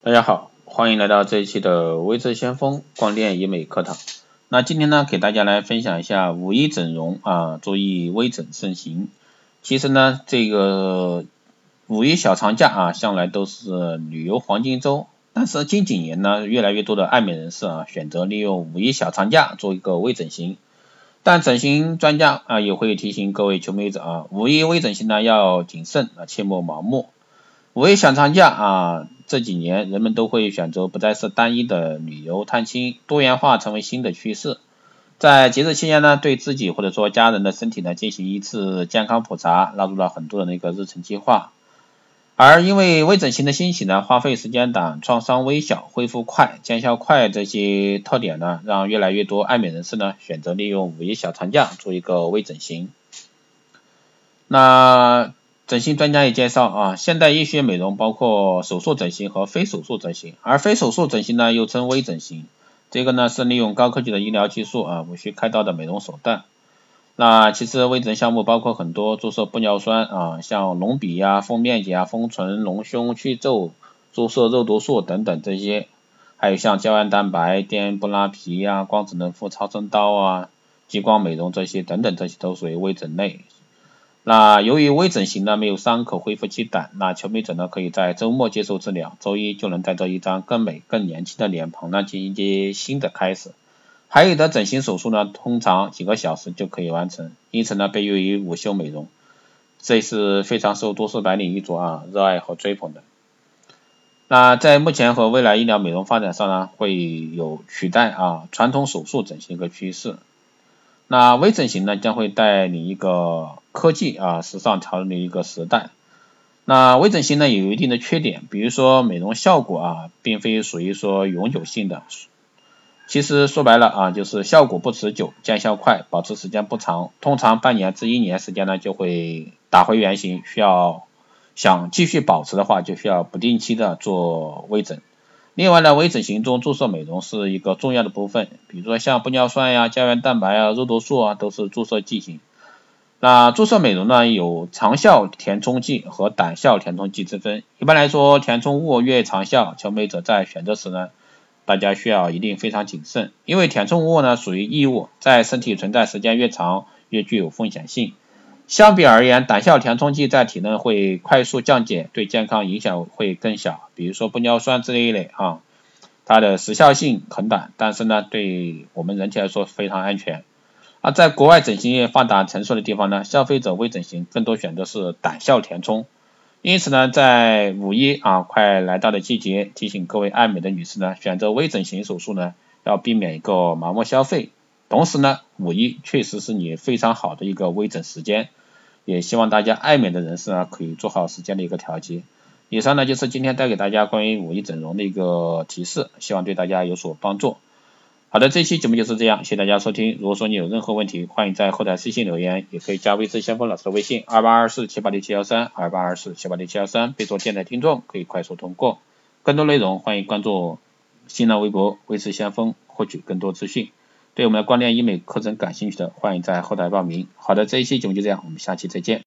大家好，欢迎来到这一期的微智先锋光电医美课堂。那今天呢，给大家来分享一下五一整容注意微整盛行。其实呢，这个五一小长假向来都是旅游黄金周，但是近几年呢，越来越多的爱美人士选择利用五一小长假做一个微整形。但整形专家也会提醒各位求美者五一微整形呢要谨慎切莫盲目。五一小长假这几年人们都会选择不再是单一的旅游探亲，多元化成为新的趋势。在节日期间呢，对自己或者说家人的身体呢进行一次健康普查，纳入了很多人的一个日程计划。而因为微整形的兴起呢，花费时间短、创伤微小、恢复快、见效快这些特点呢，让越来越多爱美人士呢选择利用五一小长假做一个微整形。那整形专家也介绍现代医学美容包括手术整形和非手术整形，而非手术整形呢又称微整形。这个呢是利用高科技的医疗技术无需开刀的美容手段。那其实微整项目包括很多，注射玻尿酸像隆鼻丰面颊、丰唇、隆胸、去皱、注射肉毒素等等这些，还有像胶原蛋白、电波拉皮光子嫩肤超声刀激光美容这些等等，这些都属于微整类。那由于微整形呢没有伤口，恢复期短，那求美者呢可以在周末接受治疗，周一就能带着一张更美更年轻的脸庞呢进行一些新的开始。还有的整形手术呢通常几个小时就可以完成，因此呢被誉为午休美容，这是非常受都市白领一族热爱和追捧的。那在目前和未来医疗美容发展上呢，会有取代传统手术整形一个趋势。那微整形呢将会带领一个科技时尚潮流的一个时代。那微整形呢有一定的缺点，比如说美容效果并非属于说永久性的，其实说白了就是效果不持久，见效快，保持时间不长，通常半年至1年时间呢就会打回原形，想继续保持的话就需要不定期的做微整。另外呢，微整形中注射美容是一个重要的部分，比如说像玻尿酸胶原蛋白肉毒素都是注射剂型。那注射美容呢有长效填充剂和短效填充剂之分，一般来说填充物越长效，求美者在选择时呢大家需要一定非常谨慎，因为填充物呢属于异物，在身体存在时间越长越具有风险性。相比而言，短效填充剂在体内会快速降解，对健康影响会更小，比如说玻尿酸这一类它的时效性很短，但是呢对我们人体来说非常安全。在国外整形业发达成熟的地方呢，消费者微整形更多选择是短效填充。因此呢，在五一快来到的季节，提醒各位爱美的女士呢，选择微整形手术呢，要避免一个盲目消费。同时呢，五一确实是你非常好的一个微整时间，也希望大家爱美的人士可以做好时间的一个调节。以上呢就是今天带给大家关于五一整容的一个提示，希望对大家有所帮助。好的，这期节目就是这样，谢谢大家收听。如果说你有任何问题，欢迎在后台私信留言，也可以加微智先锋老师的微信2824786713，2824786713，备注电台听众，可以快速通过。更多内容欢迎关注新浪微博微智先锋，获取更多资讯。对我们的光电医美课程感兴趣的，欢迎在后台报名。好的，这一期节目就这样，我们下期再见。